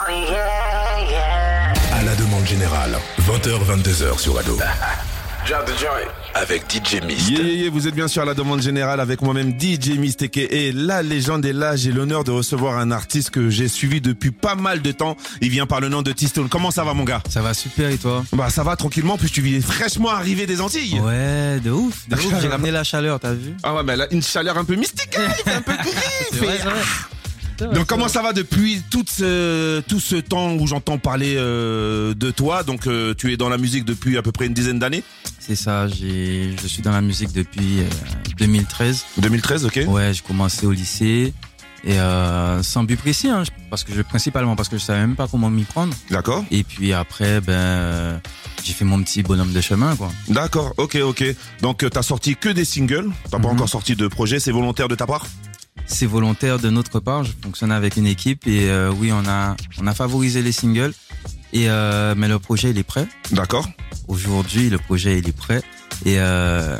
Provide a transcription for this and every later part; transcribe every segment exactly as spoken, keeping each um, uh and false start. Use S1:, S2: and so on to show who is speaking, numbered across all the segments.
S1: À la demande générale, vingt heures vingt-deux heures sur Ado.
S2: Drop the joint.
S1: Avec D J Mist.
S3: Yeah, yeah, yeah, vous êtes bien sûr à la demande générale avec moi-même D J Mist et la légende est là. J'ai l'honneur de recevoir un artiste que j'ai suivi depuis pas mal de temps. Il vient par le nom de T-Stone. Comment ça va mon gars?
S4: Ça va super et toi?
S3: Bah ça va tranquillement, puis tu vis fraîchement arrivé des Antilles.
S4: Ouais, de ouf, de ouf. J'ai ramené la chaleur, t'as vu?
S3: Ah ouais, mais là, une chaleur un peu mystique, hein, il fait un peu gris.
S4: C'est vrai, c'est vrai.
S3: Donc comment ça va depuis tout ce, tout ce temps où j'entends parler euh, de toi? Donc euh, tu es dans la musique depuis à peu près une dizaine d'années?
S4: C'est ça, j'ai, je suis dans la musique depuis euh, deux mille treize.
S3: deux mille treize, ok.
S4: Ouais, j'ai commencé au lycée et euh, sans but précis, hein, parce que je, principalement parce que je savais même pas comment m'y prendre.
S3: D'accord.
S4: Et puis après, ben, euh, j'ai fait mon petit bonhomme de chemin, quoi.
S3: D'accord, ok, ok. Donc euh, t'as sorti que des singles, t'as
S4: Mm-hmm.
S3: pas encore sorti de projet, c'est volontaire de ta part?
S4: C'est volontaire de notre part. Je fonctionne avec une équipe et euh, oui, on a on a favorisé les singles. Et euh, mais le projet il est prêt.
S3: D'accord.
S4: Aujourd'hui, le projet il est prêt et euh,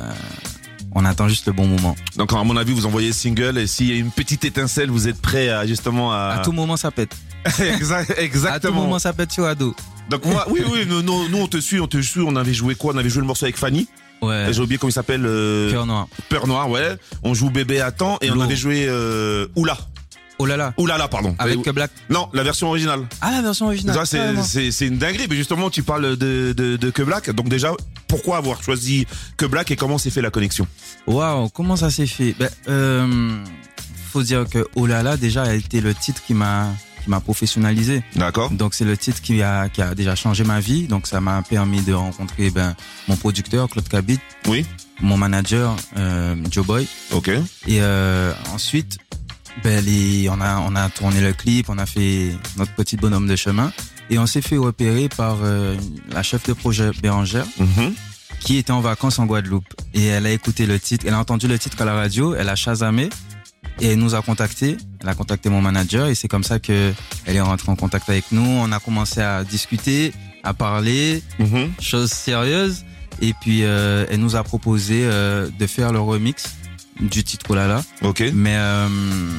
S4: on attend juste le bon moment.
S3: Donc à mon avis, vous envoyez single et s'il y a une petite étincelle, vous êtes prêt à justement à.
S4: À tout moment ça pète.
S3: Exact, exactement.
S4: À tout moment ça pète sur Ado.
S3: Donc moi, oui, oui, nous, nous, nous, on te suit, on te suit. On avait joué quoi? On avait joué le morceau avec Fanny.
S4: Ouais.
S3: J'ai oublié comment il s'appelle. Euh...
S4: Cœur noir.
S3: Peur noir, ouais. On joue Bébé à temps et
S4: Lourd.
S3: on avait joué euh... Oula.
S4: Oh là là.
S3: Oula là, pardon.
S4: Avec
S3: Euh,
S4: que Black.
S3: Non, la version originale.
S4: Ah, la version originale.
S3: Ça, c'est,
S4: carrément.
S3: c'est, c'est une dinguerie. Mais justement, tu parles de, de, de Que Black. Donc déjà, pourquoi avoir choisi Que Black et comment s'est fait la connexion?
S4: Waouh, comment ça s'est fait? Ben, euh, faut dire que Oh là là déjà a été le titre qui m'a qui m'a professionnalisé.
S3: D'accord.
S4: Donc c'est le titre qui a qui a déjà changé ma vie. Donc ça m'a permis de rencontrer ben mon producteur Claude Cabit,
S3: Oui.
S4: mon manager euh, Joe Boy.
S3: Ok.
S4: Et euh, ensuite, ben les, on a on a tourné le clip, on a fait notre petit bonhomme de chemin et on s'est fait repérer par euh, la chef de projet Bérangère
S3: Mhm.
S4: qui était en vacances en Guadeloupe et elle a écouté le titre, elle a entendu le titre à la radio, elle a chasamé et elle nous a contacté, elle a contacté mon manager et c'est comme ça que elle est rentrée en contact avec nous, on a commencé à discuter, à parler,
S3: Mhm.
S4: choses sérieuses et puis euh, elle nous a proposé euh, de faire le remix du titre Oh là là,
S3: Ok.
S4: mais euh,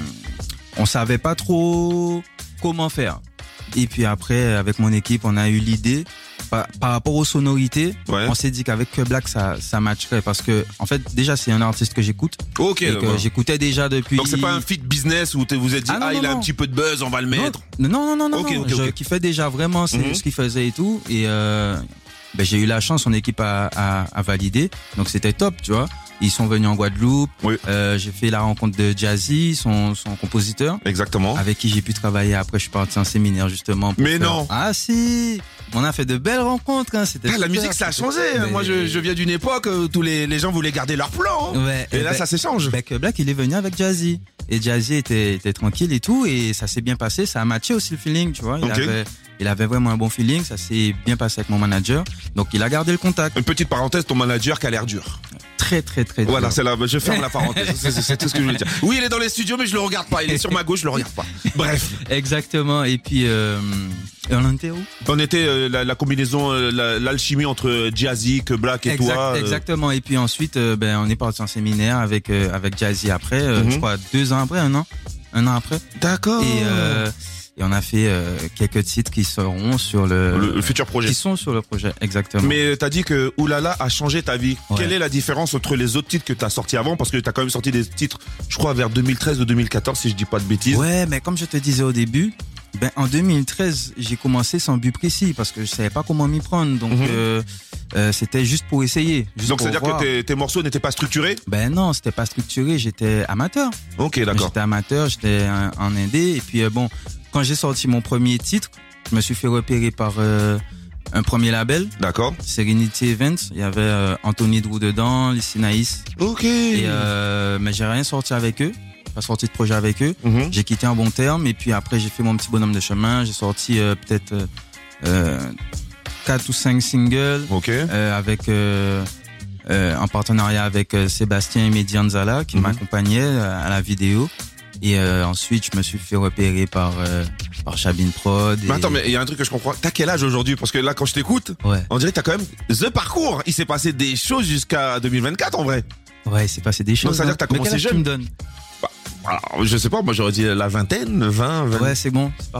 S4: on savait pas trop comment faire. Et puis après, avec mon équipe, on a eu l'idée par, par rapport aux sonorités.
S3: Ouais.
S4: On s'est dit qu'avec Que Black, ça, ça matcherait parce que, en fait, déjà c'est un artiste que j'écoute
S3: Ok.
S4: et que
S3: d'accord.
S4: j'écoutais déjà depuis.
S3: Donc c'est pas un feat business où vous êtes dit
S4: Ah, non,
S3: ah
S4: non,
S3: il a un
S4: non.
S3: petit peu de buzz, on va le mettre.
S4: Non, non, non, non,
S3: Ok,
S4: non.
S3: ok,
S4: Je
S3: ok.
S4: kiffais déjà vraiment c'est
S3: Mhm.
S4: ce qu'il faisait et tout. Et euh, ben, j'ai eu la chance, son équipe a, a, a validé. Donc c'était top, tu vois. Ils sont venus en Guadeloupe.
S3: Oui.
S4: Euh, j'ai fait la rencontre de Jazzy, son, son compositeur,
S3: Exactement.
S4: avec qui j'ai pu travailler. Après, je suis parti en séminaire justement. pour
S3: Mais
S4: faire-
S3: non.
S4: Ah si. On a fait de belles rencontres. Hein. C'était
S3: Ah, la
S4: super,
S3: musique ça a
S4: c'était-
S3: changé.
S4: Mais-
S3: Moi je, je viens d'une époque où tous les, les gens voulaient garder leur plan. hein.
S4: Ouais.
S3: Et là
S4: ben-
S3: ça s'échange.
S4: ben, que Black, il est venu avec Jazzy. Et Jazzy était, était tranquille et tout. Et ça s'est bien passé. Ça a matché aussi le feeling, tu vois. Il,
S3: Ok.
S4: avait, il avait vraiment un bon feeling. Ça s'est bien passé avec mon manager. Donc, il a gardé le contact.
S3: Une petite parenthèse, ton manager qui a l'air dur.
S4: Très, très, très dur.
S3: Voilà, c'est là, je ferme la parenthèse. C'est, c'est- c'est tout ce que je voulais dire. Oui, il est dans les studios, mais je le regarde pas. Il est sur ma gauche, je le regarde pas. Bref,
S4: Exactement. Et puis, euh, et on en était où?
S3: on était euh, la, la combinaison, euh, la- l'alchimie entre Jazzy, Que Black et
S4: Exact-
S3: toi. euh,
S4: Exactement. Et puis ensuite, euh, ben, on est parti en séminaire avec, euh, avec Jazzy après, euh,
S3: Mhm.
S4: je crois, deux ans après, un an. Un an après.
S3: D'accord.
S4: Et, euh, et on a fait euh, quelques titres qui seront sur le,
S3: le, le futur projet.
S4: qui sont sur le projet. Exactement.
S3: Mais t'as dit que Oulala a changé ta vie.
S4: Ouais.
S3: Quelle est la différence entre les autres titres que t'as sortis avant? Parce que t'as quand même sorti des titres, je crois, vers deux mille treize ou deux mille quatorze, si je dis pas de bêtises.
S4: Ouais, mais comme je te disais au début, ben en deux mille treize, j'ai commencé sans but précis parce que je savais pas comment m'y prendre. Donc
S3: Mhm.
S4: euh, euh, c'était juste pour essayer. Juste
S3: Donc
S4: pour
S3: c'est-à-dire
S4: voir.
S3: que tes, tes morceaux n'étaient pas structurés?
S4: Ben non, c'était pas structuré. J'étais amateur.
S3: Ok, d'accord.
S4: J'étais amateur, j'étais en, en indé. Et puis euh, bon, quand j'ai sorti mon premier titre, je me suis fait repérer par euh, un premier label,
S3: D'accord.
S4: Serenity Events. Il y avait euh, Anthony Drew dedans, Lissy Naïs.
S3: Ok.
S4: Et euh, mais j'ai rien sorti avec eux. Pas sorti de projet avec eux.
S3: Mhm.
S4: J'ai quitté en bon terme et puis après j'ai fait mon petit bonhomme de chemin. J'ai sorti euh, peut-être euh, euh, quatre ou cinq singles
S3: Ok.
S4: euh, avec euh, euh, en partenariat avec euh, Sébastien et Medianzala qui
S3: Mhm.
S4: m'accompagnaient euh, à la vidéo. Et euh, ensuite je me suis fait repérer par euh, par Chabin Prod. Et...
S3: Mais attends, mais il y a un truc que je comprends. T'as quel âge aujourd'hui? Parce que là, quand je t'écoute,
S4: Ouais.
S3: on dirait que t'as quand même the parcours. Il s'est passé des choses jusqu'à deux mille vingt-quatre en vrai.
S4: Ouais, c'est passé des choses.
S3: ça veut dire
S4: hein.
S3: que t'as
S4: Mais
S3: commencé
S4: quel âge
S3: jeune.
S4: tu me donnes?
S3: Alors, je sais pas, moi j'aurais dit la vingtaine, vingt, vingt.
S4: Ouais, c'est bon, c'est pareil.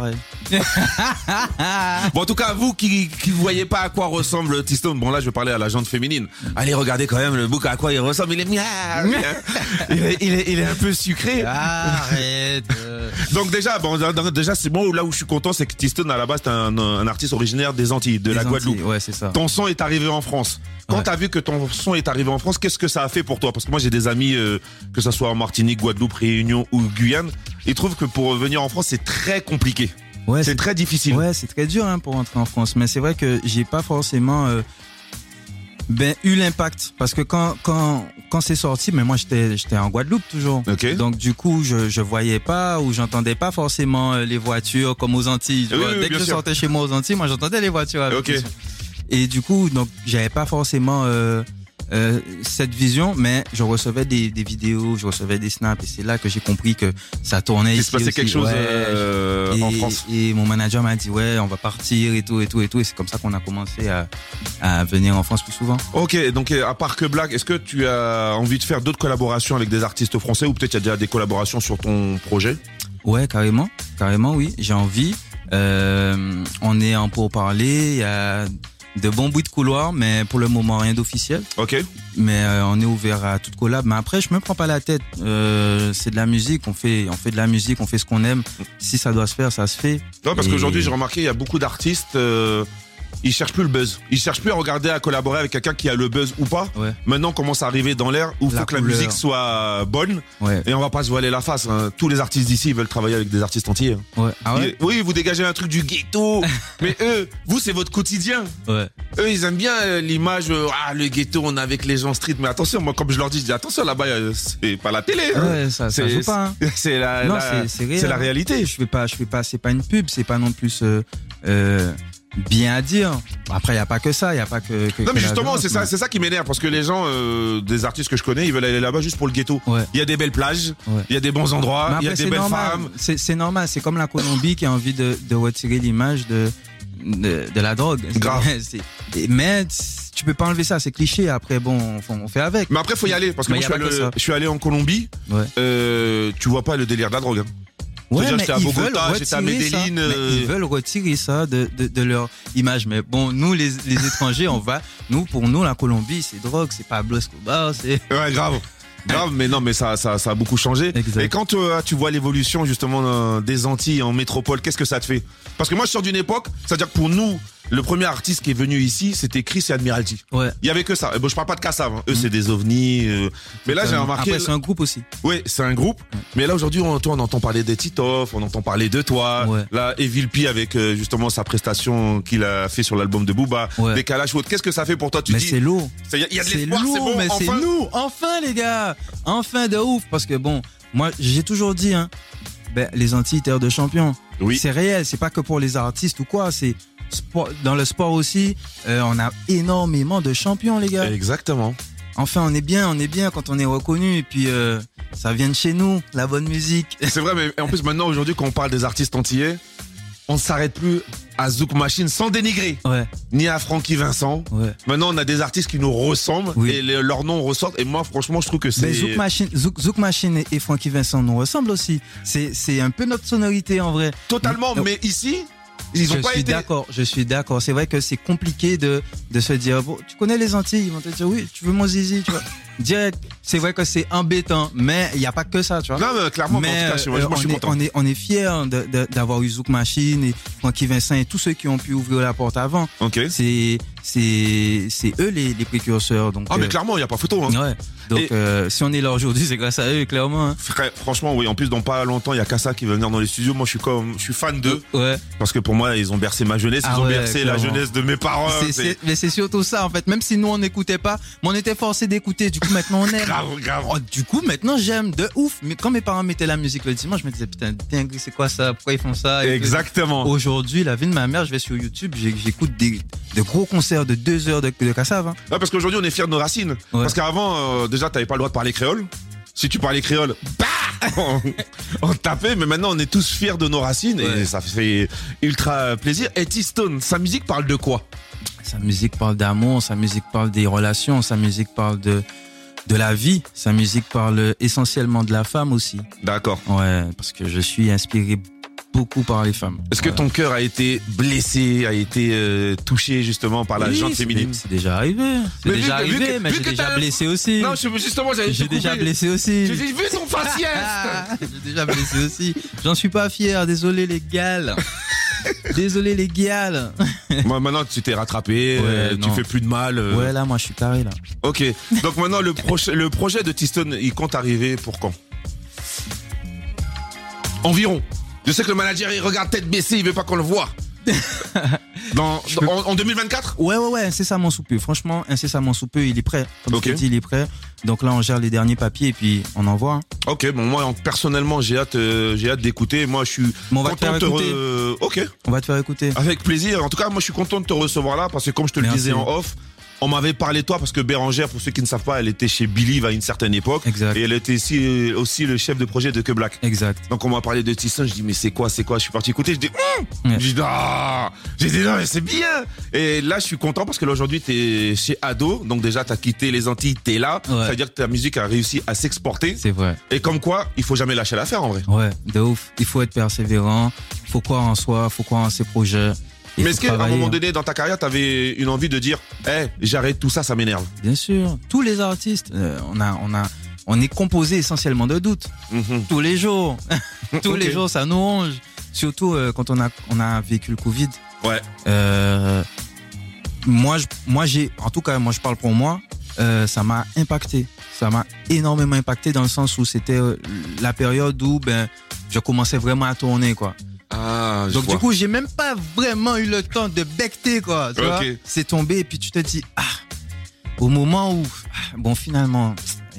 S3: Bon, en tout cas, vous qui qui voyez pas à quoi ressemble T-Stone, bon là, je vais parler à la gente féminine. Allez, regardez quand même le bouc à quoi il ressemble. Il est miam, il est, il est, il est un peu sucré.
S4: Arrête.
S3: Donc déjà, bon, déjà, c'est bon. Là où je suis content, c'est que T-Stone à la base, c'est un, un artiste originaire des Antilles, de
S4: Les
S3: la
S4: Antilles,
S3: Guadeloupe.
S4: ouais, c'est ça.
S3: Ton son est arrivé en France. Quand
S4: Ouais.
S3: t'as vu que ton son est arrivé en France, qu'est-ce que ça a fait pour toi? Parce que moi, j'ai des amis, euh, que ça soit en Martinique, Guadeloupe, Réunion ou Guyane, ils trouvent que pour venir en France, c'est très compliqué.
S4: Ouais,
S3: C'est très difficile.
S4: Ouais, c'est très dur hein, pour rentrer en France. Mais c'est vrai que j'ai pas forcément euh, ben, eu l'impact. Parce que quand, quand, quand c'est sorti, mais moi j'étais, j'étais en Guadeloupe toujours.
S3: Ok.
S4: Donc du coup, je, je voyais pas ou j'entendais pas forcément euh, les voitures comme aux Antilles. tu
S3: Oui,
S4: vois.
S3: oui,
S4: Dès
S3: bien
S4: que je
S3: sûr.
S4: sortais chez moi aux Antilles, moi j'entendais les voitures. Avec
S3: Ok.
S4: le son. Et du coup, donc j'avais pas forcément euh, euh, cette vision, mais je recevais des, des vidéos, je recevais des snaps, et c'est là que j'ai compris que ça tournait
S3: Il
S4: ici
S3: se passait
S4: aussi.
S3: quelque chose
S4: Ouais,
S3: euh,
S4: et,
S3: en France.
S4: et mon manager m'a dit ouais, on va partir et tout et tout et tout, et c'est comme ça qu'on a commencé à, à venir en France plus souvent.
S3: Ok, donc euh, à part que Black, est-ce que tu as envie de faire d'autres collaborations avec des artistes français ou peut-être il y a déjà des collaborations sur ton projet?
S4: Ouais, carrément, carrément, oui, j'ai envie. Euh, on est en pourparlers, il y a de bons bruits de couloir, mais pour le moment rien d'officiel.
S3: Ok.
S4: Mais euh, on est ouvert à toute collab. Mais après, je me prends pas la tête. Euh, c'est de la musique. On fait, on fait de la musique. On fait ce qu'on aime. Si ça doit se faire, ça se fait.
S3: Non, parce
S4: Et-
S3: qu'aujourd'hui, j'ai remarqué, il y a beaucoup d'artistes, euh, ils cherchent plus le buzz. Ils cherchent plus à regarder, à collaborer avec quelqu'un qui a le buzz ou pas.
S4: Ouais,
S3: Maintenant, on commence à arriver dans l'air où il
S4: La
S3: faut que la
S4: couleur.
S3: musique soit bonne
S4: ouais,
S3: et on va pas se voiler la face. Hein. Tous les artistes d'ici, ils veulent travailler avec des artistes entiers. hein.
S4: ouais. Ah ouais.
S3: Ils- Oui, vous dégagez un truc du ghetto, mais eux, vous, c'est votre quotidien.
S4: Ouais.
S3: Eux, ils aiment bien euh, l'image, euh, ah, le ghetto, on est avec les gens street. Mais attention, moi, comme je leur dis, je dis attention, là-bas, euh, c'est pas la télé. hein.
S4: Ouais, ça, ça
S3: C'est-
S4: joue pas. Hein.
S3: C'est la,
S4: Non,
S3: la-
S4: c'est- c'est réel,
S3: c'est la
S4: hein.
S3: réalité.
S4: Je fais pas, je fais pas. C'est pas une pub. C'est pas non plus euh, euh, bien à dire. Après, il y a pas que ça. Il y a pas que. que
S3: Non
S4: que
S3: mais
S4: la
S3: justement
S4: violence,
S3: c'est ça
S4: mais-
S3: c'est ça qui m'énerve parce que les gens euh, des artistes que je connais ils veulent aller là-bas juste pour le ghetto.
S4: Ouais.
S3: Il y a des belles plages,
S4: Ouais.
S3: il y a des bons endroits,
S4: Mais
S3: il y a
S4: après,
S3: des
S4: c'est
S3: belles
S4: normal.
S3: femmes.
S4: C'est, c'est normal. C'est comme la Colombie qui a envie de, de retirer l'image de, de, de la drogue.
S3: Grave.
S4: C'est- mais tu peux pas enlever ça. C'est cliché. Après, bon, on, on fait avec.
S3: Mais après faut y aller parce que
S4: Mais
S3: moi
S4: y
S3: je
S4: a
S3: suis,
S4: pas que
S3: allé,
S4: ça.
S3: je suis allé en Colombie,
S4: Ouais.
S3: euh, tu vois pas le délire de la drogue. Hein.
S4: Ouais,
S3: C'est-à-dire,
S4: mais
S3: j'étais à
S4: ils
S3: Bogota,
S4: veulent
S3: j'étais à
S4: retirer ça.
S3: Medellín,
S4: Mais
S3: euh,
S4: Ils veulent retirer ça de, de, de leur image. Mais bon, nous, les, les étrangers, on va. Nous, pour nous, la Colombie, c'est drogue, c'est Pablo Escobar, c'est.
S3: Ouais grave. Grave, mais non, mais ça, ça, ça a beaucoup changé.
S4: Exact.
S3: Et quand euh, tu vois l'évolution justement euh, des Antilles en métropole, qu'est-ce que ça te fait? Parce que moi, je sors d'une époque, c'est-à-dire que pour nous, le premier artiste qui est venu ici, c'était Chris et Admiralty.
S4: Ouais.
S3: Il y avait que ça. Et bon, je parle pas de Kassav. Hein. Eux, c'est des ovnis. euh. Mais là, j'ai remarqué.
S4: Après, c'est un groupe aussi.
S3: Oui, c'est un groupe. Mais là, aujourd'hui, on, toi, on entend parler des Titoff, on entend parler de toi.
S4: Ouais.
S3: Là, Evil P avec euh, justement sa prestation qu'il a fait sur l'album de Booba.
S4: Ouais.
S3: Des Kalash ou autre. Qu'est-ce que ça fait pour toi? Tu
S4: Mais
S3: dis,
S4: c'est lourd.
S3: il y a, y a de
S4: C'est
S3: l'espoir, c'est
S4: lourd,
S3: bon,
S4: mais
S3: enfin.
S4: c'est nous. Enfin, les gars. Enfin de ouf. Parce que bon, moi, j'ai toujours dit, hein, ben, les Antilles, terre de champions.
S3: Oui.
S4: C'est réel. C'est pas que pour les artistes ou quoi. C'est sport, dans le sport aussi. Euh, on a énormément de champions, les gars.
S3: Exactement.
S4: Enfin, on est bien, on est bien quand on est reconnu. Et puis, euh, ça vient de chez nous, la bonne musique.
S3: C'est vrai, mais en plus, maintenant, aujourd'hui, quand on parle des artistes antillais, on ne s'arrête plus à Zouk Machine sans dénigrer,
S4: Ouais,
S3: ni à Francky Vincent.
S4: ouais.
S3: Maintenant, on a des artistes qui nous ressemblent
S4: Oui.
S3: et les- leurs noms ressortent. Et moi, franchement, je trouve que c'est.
S4: Mais Zouk Machine, Zouk, Zouk Machine et, et Francky Vincent nous ressemblent aussi. C'est, c'est un peu notre sonorité en vrai.
S3: Totalement,
S4: Mais-
S3: mais ici, ils
S4: je
S3: ont pas
S4: suis
S3: été.
S4: d'accord, je suis d'accord. C'est vrai que c'est compliqué de, de se dire, bon, tu connais les Antilles, ils vont te dire, oui, tu veux mon zizi, tu vois. Direct. C'est vrai que c'est embêtant, mais il n'y a pas que ça, tu vois.
S3: Non, mais clairement, mais en tout cas, je-
S4: euh,
S3: moi, je suis
S4: on, est,
S3: content.
S4: on est on est fiers de, de, d'avoir eu Zouk Machine et Francky Vincent et tous ceux qui ont pu ouvrir la porte avant.
S3: Ok.
S4: C'est c'est c'est eux les, les précurseurs. Donc
S3: Ah, mais
S4: euh,
S3: clairement, il n'y a pas photo. Hein.
S4: ouais. Donc
S3: Et-
S4: euh, si on est là aujourd'hui, c'est grâce à eux, clairement. Hein.
S3: Frère, franchement, oui. En plus, dans pas longtemps, il y a Kassa qui va venir dans les studios. Moi, je suis comme, je suis fan d'eux.
S4: Ouais.
S3: Parce que pour moi, ils ont bercé ma jeunesse. Ils
S4: Ah
S3: ont
S4: ouais,
S3: bercé la
S4: clairement.
S3: jeunesse de mes parents.
S4: C'est-
S3: C'est
S4: c'est- mais c'est surtout ça en fait. Même si nous on n'écoutait pas, mais on était forcé d'écouter. Du coup maintenant on aime.
S3: grave, grave.
S4: Oh, du coup maintenant j'aime de ouf. Mais quand mes parents mettaient la musique le dimanche, je me disais putain dingue, c'est quoi ça? Pourquoi ils font ça? Et
S3: Exactement.
S4: tout. Aujourd'hui, la vie de ma mère, je vais sur YouTube, j'ai- j'écoute des, de gros concerts de deux heures de, de Kassav. Hein.
S3: Ouais, parce qu'aujourd'hui, on est fiers de nos racines.
S4: Ouais.
S3: Parce qu'avant, euh, déjà, t'avais pas le droit de parler créole. Si tu parlais créole, bah on, on te tapait, mais maintenant, on est tous fiers de nos racines et
S4: Ouais.
S3: ça fait ultra plaisir. Et T-Stone, sa musique parle de quoi?
S4: Sa musique parle d'amour, sa musique parle des relations, sa musique parle de de la vie, sa musique parle essentiellement de la femme aussi.
S3: D'accord.
S4: Ouais, parce que je suis inspiré beaucoup par les femmes.
S3: Est-ce que
S4: Voilà.
S3: ton cœur a été blessé, a été euh, touché justement par la
S4: Oui,
S3: jante
S4: c'est-
S3: féminine?
S4: C'est déjà arrivé. C'est
S3: Mais vu
S4: déjà
S3: que- vu
S4: arrivé,
S3: que-
S4: mais
S3: vu
S4: j'ai
S3: que
S4: déjà
S3: t'as-
S4: blessé aussi.
S3: Non, je- justement, j'avais
S4: J'ai
S3: tout
S4: déjà
S3: coupé.
S4: blessé aussi.
S3: J'ai vu son faciès.
S4: J'ai déjà blessé aussi. J'en suis pas fier. Désolé les gars. Désolé les gars.
S3: Moi, maintenant, tu t'es rattrapé,
S4: Ouais,
S3: euh, tu
S4: non.
S3: fais plus de mal. euh.
S4: Ouais, là, moi, je suis carré là.
S3: Ok. Donc maintenant, le, proche- le projet de T-Stone, il compte arriver pour quand? Environ. Je sais que le manager, il regarde tête baissée, il veut pas qu'on le voit. Dans,
S4: Je
S3: dans-
S4: peux-
S3: en, en deux mille vingt-quatre?
S4: Ouais, ouais, ouais, incessamment sous peu. Franchement, incessamment sous peu, il est prêt. Comme
S3: Ok.
S4: je t'ai dit, il est prêt. Donc là, on gère les derniers papiers et puis on envoie. Hein.
S3: Ok, bon, moi, personnellement, j'ai hâte, euh, j'ai hâte d'écouter. Moi, je suis
S4: Mais on va te
S3: content
S4: faire
S3: de te
S4: écouter.
S3: re- Ok,
S4: On va te faire écouter.
S3: avec plaisir. En tout cas, moi, je suis content de te recevoir là parce que, comme je te le
S4: Merci.
S3: disais en off, on m'avait parlé de toi parce que Bérangère, pour ceux qui ne savent pas, elle était chez Believe à une certaine époque.
S4: Exact.
S3: Et elle était aussi, aussi le chef de projet de Que Black.
S4: Exact.
S3: Donc on m'a parlé de T-Stone, je dis mais c'est quoi, c'est quoi? Je suis parti écouter, je dis hum
S4: Ouais.
S3: je dis ah, j'ai dit non mais c'est bien. Et là je suis content parce que là aujourd'hui t'es chez Ado, donc déjà t'as quitté les Antilles, t'es là,
S4: Ouais.
S3: ça veut dire que ta musique a réussi à s'exporter.
S4: C'est vrai.
S3: Et comme quoi, il faut jamais lâcher l'affaire en vrai.
S4: Ouais, de ouf. Il faut être persévérant. Faut croire en soi. Faut croire en ses projets. Il
S3: Mais
S4: faut
S3: est-ce qu'à un
S4: travailler,
S3: moment
S4: hein.
S3: donné dans ta carrière t'avais une envie de dire, eh j'arrête tout ça, ça m'énerve.
S4: Bien sûr. Tous les artistes, euh, on a, on a, on est composé essentiellement de doutes.
S3: Mhm.
S4: Tous les jours. Tous
S3: Ok.
S4: les jours, ça nous ronge. Surtout euh, quand on a, on a vécu le Covid.
S3: Ouais.
S4: Euh, moi, je, moi, j'ai, en tout cas, moi, je parle pour moi. Euh, ça m'a impacté. Ça m'a énormément impacté dans le sens où c'était euh, la période où ben je commençais vraiment à tourner quoi.
S3: Ah, je
S4: Donc
S3: vois.
S4: du coup, j'ai même pas vraiment eu le temps de becter quoi. Tu
S3: Ok.
S4: vois, c'est tombé et puis tu te dis ah au moment où ah, bon finalement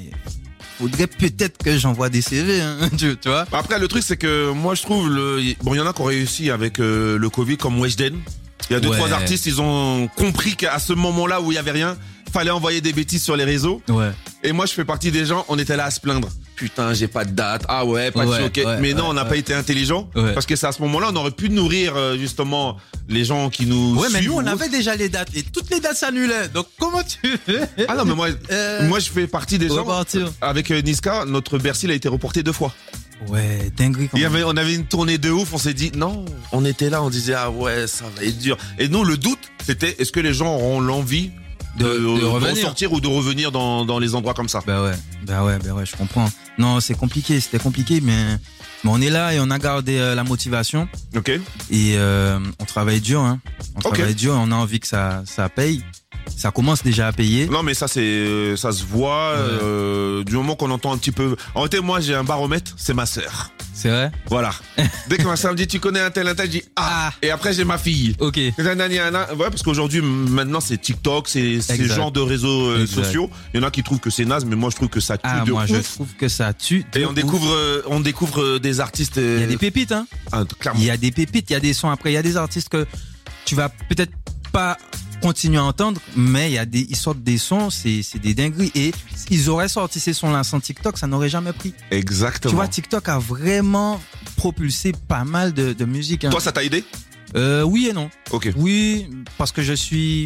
S4: faudrait peut-être que j'envoie des C V hein, tu, tu vois.
S3: Après, le truc, c'est que moi, je trouve, le... bon, il y en a qui ont réussi avec euh, le Covid, comme Weshden. Il y a deux,
S4: Ouais.
S3: trois artistes, ils ont compris qu'à ce moment-là où il y avait rien, fallait envoyer des bêtises sur les réseaux.
S4: Ouais.
S3: Et moi, je fais partie des gens, on était là à se plaindre. Putain, j'ai pas de date. Ah ouais, pas de
S4: Ouais,
S3: showcase.
S4: ouais,
S3: Mais non,
S4: ouais,
S3: on n'a
S4: ouais.
S3: pas été intelligent.
S4: Ouais.
S3: Parce que c'est à ce moment-là, on aurait pu nourrir, euh, justement, les gens qui nous
S4: Ouais, mais
S3: suivent
S4: nous on
S3: ou
S4: avait déjà les dates et toutes les dates s'annulaient. Donc comment tu fais
S3: Ah non, mais moi,
S4: Euh,
S3: moi, je fais partie des gens.
S4: repartir.
S3: Avec euh, Niska, notre Bercy il a été reporté deux fois.
S4: Ouais, dinguerie quand
S3: Il y
S4: même.
S3: avait, on avait une tournée de ouf, on s'est dit non, on était là, on disait ah ouais, ça va être dur. Et nous, le doute, c'était est-ce que les gens auront l'envie de,
S4: De- de
S3: de
S4: revenir.
S3: ressortir ou de revenir dans, dans les endroits comme ça.
S4: Bah ouais, bah ouais, bah ouais, je comprends. Non, c'est compliqué, c'était compliqué, mais, mais on est là et on a gardé euh, la motivation
S3: Ok.
S4: et euh, on travaille dur, hein. On
S3: Ok.
S4: travaille dur et on a envie que ça, ça paye. Ça commence déjà à payer.
S3: Non mais ça c'est, ça se voit euh, du moment qu'on entend un petit peu. En réalité, moi j'ai un baromètre, c'est ma sœur.
S4: C'est vrai?
S3: Voilà. Dès que ma sœur me dit tu connais un tel un tel, je dis ah.
S4: Ah.
S3: Et après j'ai ma fille.
S4: Ok.
S3: Nanani, nana. Ouais, parce qu'aujourd'hui, maintenant, c'est TikTok, c'est ce
S4: Exact.
S3: genre de réseaux euh,
S4: Exact.
S3: sociaux. Il y en a qui trouvent que c'est naze, mais moi, je trouve que ça tue
S4: Ah,
S3: de
S4: moi,
S3: ouf.
S4: je trouve que ça tue. de
S3: Et on
S4: ouf.
S3: découvre, euh, on découvre euh, des artistes. euh,
S4: Il y a des pépites, hein.
S3: ah, clairement.
S4: Il y a des pépites, il y a des sons. Après, il y a des artistes que tu vas peut-être pas continuer à entendre, mais il y a des, ils sortent des sons, c'est, c'est des dingueries. Et ils auraient sorti ces sons-là sans TikTok, ça n'aurait jamais pris.
S3: Exactement.
S4: Tu vois, TikTok a vraiment propulsé pas mal de, de musique. Hein.
S3: Toi, ça t'a aidé?
S4: Euh, oui et non.
S3: Ok.
S4: Oui, parce que je suis,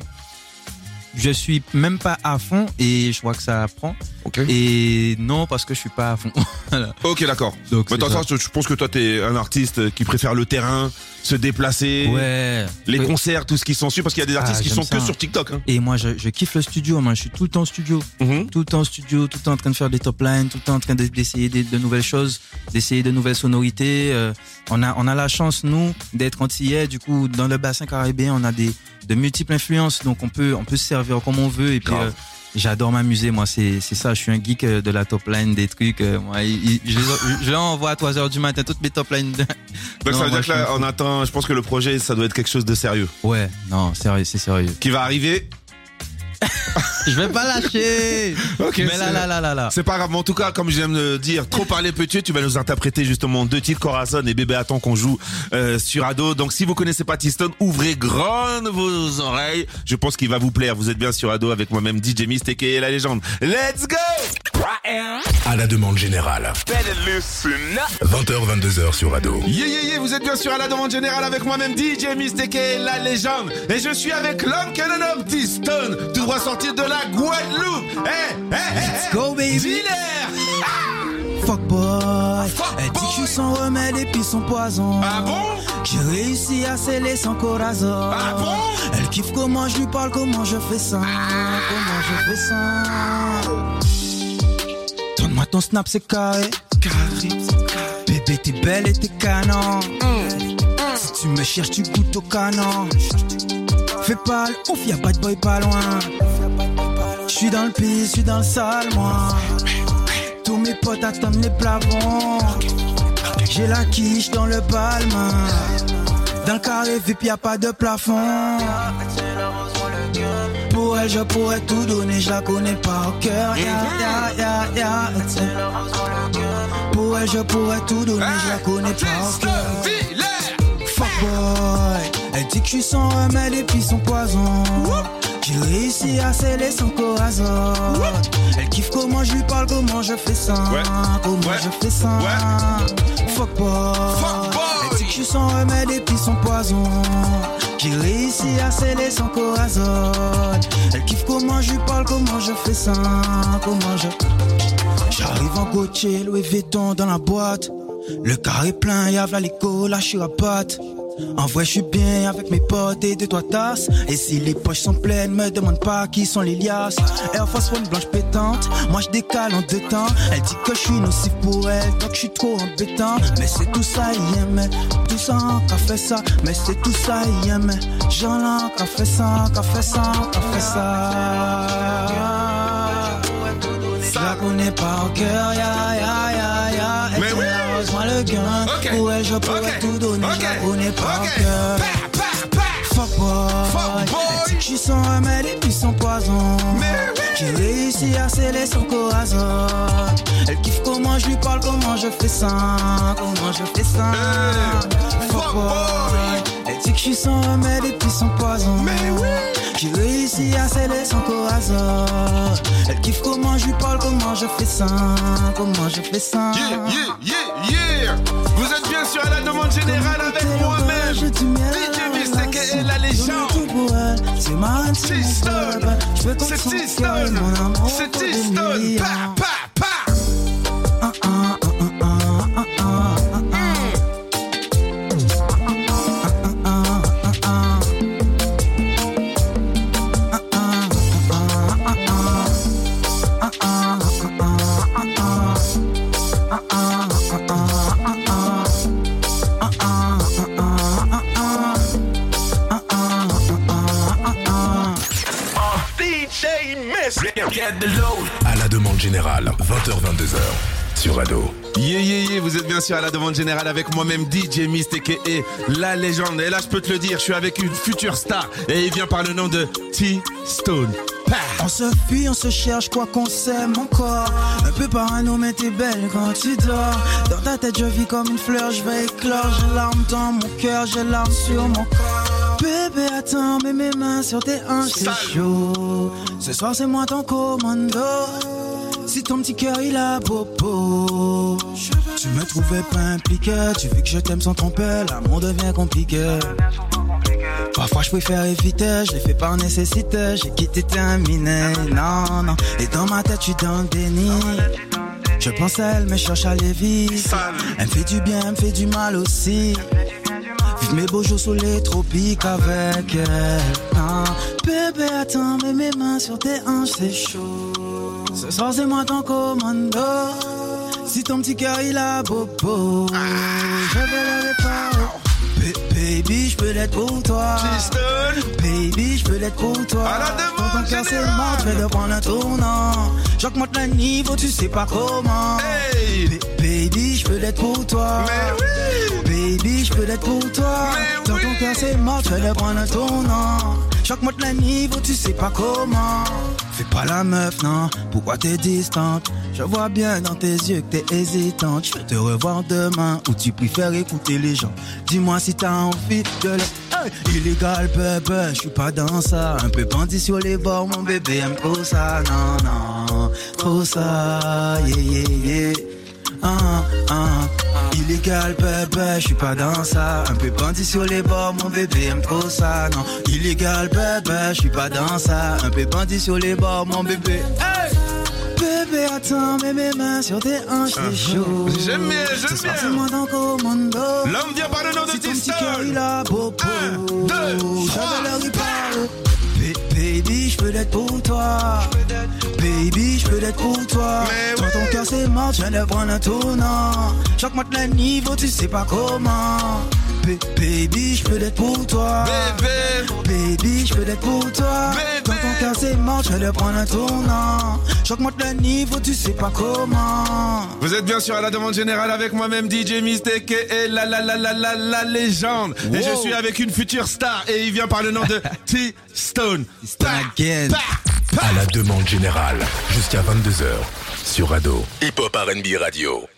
S4: je suis même pas à fond et je vois que ça prend.
S3: Ok.
S4: Et non, parce que je suis pas à fond. Voilà.
S3: Ok, d'accord.
S4: Donc,
S3: Mais
S4: c'est
S3: attends,
S4: ça.
S3: je pense que toi, t'es un artiste qui préfère le terrain, se déplacer,
S4: Ouais.
S3: les
S4: Oui.
S3: concerts, tout ce qui s'ensuit, parce qu'il y a des artistes
S4: Ah,
S3: qui
S4: j'aime
S3: sont que
S4: ça.
S3: sur TikTok. Hein.
S4: Et moi, je, je kiffe le studio. Moi, je suis tout le temps au studio.
S3: Mhm.
S4: Tout le temps au studio, tout le temps en train de faire des top lines, tout le temps en train de- d'essayer de, de nouvelles choses, d'essayer de nouvelles sonorités. Euh, on a, on a la chance, nous, d'être antillais. Du coup, dans le bassin caribéen, on a des, de multiples influences. Donc, on peut, on peut se servir comme on veut. Et puis,
S3: Grave.
S4: euh, j'adore m'amuser. Moi, c'est, c'est ça. Je suis un geek euh, de la top line, des trucs. euh, moi, il- il- je, les- je leur envoie à trois heures du matin toutes mes top lines.
S3: Donc
S4: Non,
S3: ça veut
S4: moi,
S3: dire
S4: je
S3: que là,
S4: suis un
S3: on attend, je pense que le projet, ça doit être quelque chose de sérieux.
S4: Ouais, non, sérieux, c'est sérieux.
S3: Qui va arriver.
S4: Je vais pas lâcher.
S3: Ok.
S4: Mais
S3: c'est-
S4: là, là, là, là, là.
S3: C'est pas grave, mais en tout cas, comme j'aime le dire, trop parler petit, tu vas nous interpréter justement deux titres, Corazon et Bébé Attends qu'on joue euh, sur Ado. Donc si vous connaissez pas T-Stone, ouvrez grandes vos oreilles. Je pense qu'il va vous plaire. Vous êtes bien sur Ado avec moi-même D J Mist et la légende. Let's go!
S1: À la demande générale. vingt heures vingt-deux heures sur Ado.
S3: Yeah, yeah, yeah, vous êtes bien sûr à la demande générale avec moi-même D J Mist et la légende. Et je suis avec l'homme que l'on nomme T-Stone, tout droit sorti de la Guadeloupe. Hey, hey, hey,
S4: Let's go, baby.
S3: Dealer!
S5: Fuckboy, elle dit que je suis son remède et puis son poison.
S3: Ah bon?
S5: J'ai réussi à sceller son corazon.
S3: Ah bon?
S5: Elle kiffe comment je lui parle, comment je fais ça, ah. Comment je fais ça. Donne-moi ton snap, c'est carré. Carré. Bébé, t'es belle et t'es canon. Mm. Si tu me cherches, tu goûtes au canon. Fais pas le ouf, y'a bad boy pas loin. J'suis dans le pis, j'suis dans le sale, moi. Tous mes potes attendent les plafonds. J'ai la quiche dans le palme. Dans le carré V I P y'a pas de plafond. Pour elle je pourrais tout donner, je la connais pas au cœur. Yeah, yeah, yeah, yeah. Pour elle je pourrais tout donner, je la connais pas au cœur. Fuckboy, elle dit que je suis son remède et puis son poison. J'ai réussi à sceller son corazon. Elle kiffe comment je lui parle, comment je fais ça, ouais. Comment ouais. je fais ça. Ouais. Fuckboy, Fuckboy. Elle dit que je suis son remède et puis son poison. J'ai réussi à sceller son corazon. Elle kiffe comment je lui parle, comment je fais ça, comment je... J'arrive en Gauthier, Louis Vuitton dans la boîte. Le carré plein, y'a v'là l'écho, là j'suis à patte. En vrai, je suis bien avec mes potes et de toi tasse. Et si les poches sont pleines, me demande pas qui sont les liasses. Air Force One blanche pétante, moi je décale en deux temps. Elle dit que je suis nocif pour elle, donc je suis trop embêtant. Mais c'est tout ça, yeah, mais tout ça, qu'a fait ça. Mais c'est tout ça, yeah, mais Jean là, qu'a fait ça, qu'a fait ça, qu'a fait ça. Je la connais pas au cœur, ya, ya, ya, ya. Elle dit arrose-moi le gain. Okay. Pour elle, je pourrais okay. tout donner, okay. Je la connais pas okay. au cœur. Fuckboy, Fuck elle dit que je suis son remède et puis son poison. Mais oui. J'ai réussi à sceller son corazon. Elle kiffe comment je lui parle, comment je fais ça, comment je fais ça. Hey. Fuckboy, elle dit que je suis son remède et puis son poison. Mais oui. J'ai réussi à sceller son corazon. Elle kiffe comment je lui parle, comment je fais ça, comment je fais ça.
S3: Yeah, yeah, yeah, yeah. Vous êtes bien sûr à la demande générale avec moi-même D J Mystake et la légende.
S5: C'est ma
S3: T-Stone. C'est T-Stone. C'est T-Stone. Pa, pa, pa. Ah, ah, ah, ah, ah, ah.
S1: À la demande générale, vingt heures vingt-deux heures sur Ado.
S3: Yeah, yeah, yeah, vous êtes bien sûr à la demande générale avec moi-même D J Mystake et la légende. Et là, je peux te le dire, je suis avec une future star et il vient par le nom de T-Stone.
S5: On se fuit, on se cherche, quoi qu'on s'aime encore. Un peu parano, mais t'es belle quand tu dors. Dans ta tête, je vis comme une fleur, je vais éclore. J'ai l'arme dans mon cœur, j'ai l'arme sur mon corps. Bébé, attends, mets mes mains sur tes hanches, c'est chaud. Ce soir, c'est moi ton commando. Si ton petit cœur il a bobo, tu me trouvais pas impliqué. Tu veux que je t'aime sans tromper, l'amour devient compliqué. Parfois je préfère éviter, je l'ai fait par nécessité. J'ai quitté terminé, non, non. Et dans ma tête je suis dans le déni. Je pense à elle mais je cherche à aller vite. Elle me fait du bien, elle me fait du mal aussi. Vive mes beaux jours sous les tropiques avec elle, non. Bébé attends, mets mes mains sur tes hanches, c'est chaud. Ce soir c'est moi ton commando. Si ton petit cœur il a bobo, je vais le réparer. Baby, je peux l'être pour toi. Baby, je peux l'être pour toi. Quand ton cœur c'est mort, je vais te prendre un tournant. J'augmente le niveau, tu sais pas comment. Hey. Baby, je peux l'être pour toi. Mais oui. Baby, je peux l'être pour toi. Mais quand oui. Ton cœur c'est mort, je vais te prendre un tournant. J'augmente le niveau, tu sais pas comment. Fais pas la meuf, non. Pourquoi t'es distante? Je vois bien dans tes yeux que t'es hésitante. Je vais te revoir demain, ou tu préfères écouter les gens. Dis-moi si t'as envie de le... Hey, illégal, bébé, je suis pas dans ça. Un peu bandit sur les bords, mon bébé aime trop ça. Non, non, trop ça, yeah, yeah, yeah. Ah, ah. Illégal, bébé, je suis pas dans ça. Un peu bandit sur les bords, mon bébé aime trop ça. Non, illégal, bébé, je suis pas dans ça. Un peu bandit sur les bords, mon bébé. Hey! Bébé, attends, mets mes mains sur tes hanches, c'est chaud.
S3: J'aime bien, j'aime bien.
S5: C'est moi dans commando.
S3: L'homme vient par le nom de
S5: Si ton petit
S3: T-Stone.
S5: cœur il a beau peau.
S3: Un, deux, trois.
S5: J'avais l'air il parle. Baby, je peux l'être pour toi. Baby, je peux l'être pour toi.
S3: Mais
S5: Quand
S3: oui.
S5: ton cœur c'est mort, je viens de prendre un tournant. Chaque matin le niveau, tu sais pas comment. Ba- Baby, je peux l'être pour toi.
S3: Bébé.
S5: Baby, je peux l'être pour toi.
S3: Bébé.
S5: Quand ton cœur c'est mort, je viens de prendre un tournant. Chaque matin le niveau, tu sais pas comment.
S3: Vous êtes bien sûr à la demande générale avec moi-même D J Mystake et la la la la la la légende. Et je suis avec une future star et il vient par le nom de T-Stone.
S4: T-Stone again.
S1: À la demande générale, jusqu'à vingt-deux heures sur Ado. Hip Hop R and B Radio.